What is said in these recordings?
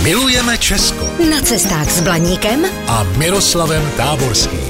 Milujeme Česko. Na cestách s Blaníkem a Miroslavem Táborským.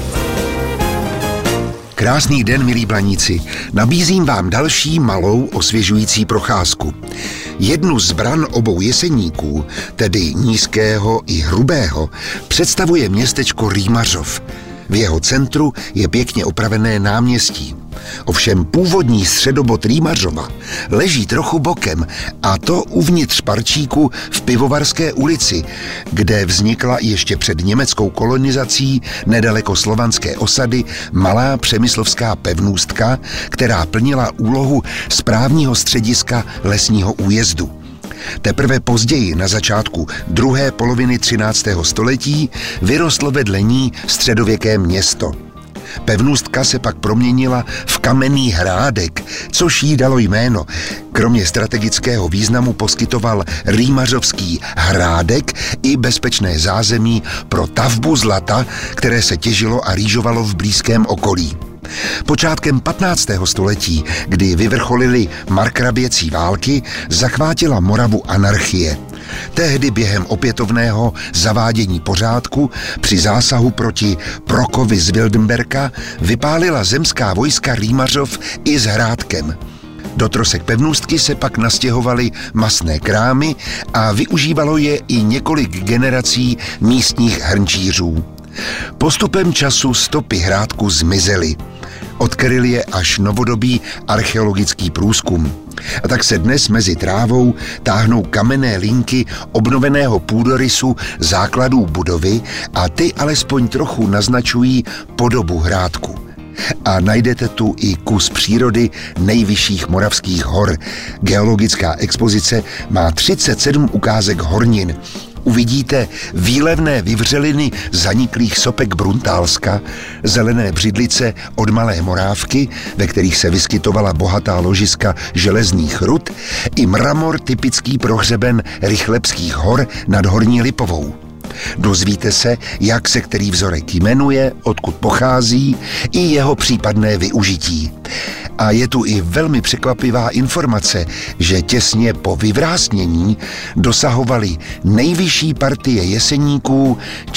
Krásný den, milí Blaníci. Nabízím vám další malou osvěžující procházku. Jednu z bran obou Jeseníků, tedy Nízkého i Hrubého, představuje městečko Rýmařov. V jeho centru je pěkně opravené náměstí. Ovšem původní středobod Rýmařova leží trochu bokem, a to uvnitř parčíku v Pivovarské ulici, kde vznikla ještě před německou kolonizací nedaleko slovanské osady malá přemyslovská pevnůstka, která plnila úlohu správního střediska lesního újezdu. Teprve později, na začátku druhé poloviny 13. století, vyrostlo vedle ní středověké město. Pevnůstka se pak proměnila v kamenný hrádek, což jí dalo jméno. Kromě strategického významu poskytoval Rýmařovský hrádek i bezpečné zázemí pro tavbu zlata, které se těžilo a rýžovalo v blízkém okolí. Počátkem 15. století, kdy vyvrcholily markraběcí války, zachvátila Moravu anarchie. Tehdy během opětovného zavádění pořádku při zásahu proti Prokovi z Wildenberka vypálila zemská vojska Rýmařov i s hrádkem. Do trosek pevnůstky se pak nastěhovaly masné krámy a využívalo je i několik generací místních hrnčířů. Postupem času stopy hrádku zmizely. Odkryl je až novodobý archeologický průzkum. A tak se dnes mezi trávou táhnou kamenné linky obnoveného půdorysu základů budovy a ty alespoň trochu naznačují podobu hrádku. A najdete tu i kus přírody nejvyšších moravských hor. Geologická expozice má 37 ukázek hornin. Uvidíte výlevné vyvřeliny zaniklých sopek Bruntálska, zelené břidlice od Malé Morávky, ve kterých se vyskytovala bohatá ložiska železných rud, i mramor typický pro hřeben Rychlebských hor nad Horní Lipovou. Dozvíte se, jak se který vzorek jmenuje, odkud pochází, i jeho případné využití. A je tu i velmi překvapivá informace, že těsně po vyvrásnění dosahovaly nejvyšší partie Jeseníků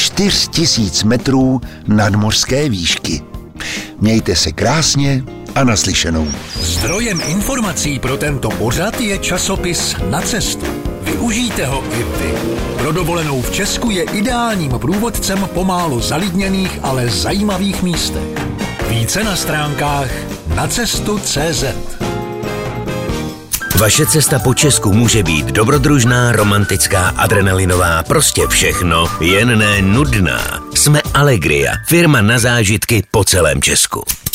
4000 metrů nadmořské výšky. Mějte se krásně a naslyšenou. Zdrojem informací pro tento pořad je časopis Na cestu. Využijte ho i vy. Pro dovolenou v Česku je ideálním průvodcem po málo zalidněných, ale zajímavých místech. Více na stránkách nacestu.cz. Vaše cesta po Česku může být dobrodružná, romantická, adrenalinová, prostě všechno, jen ne nudná. Jsme Allegria, firma na zážitky po celém Česku.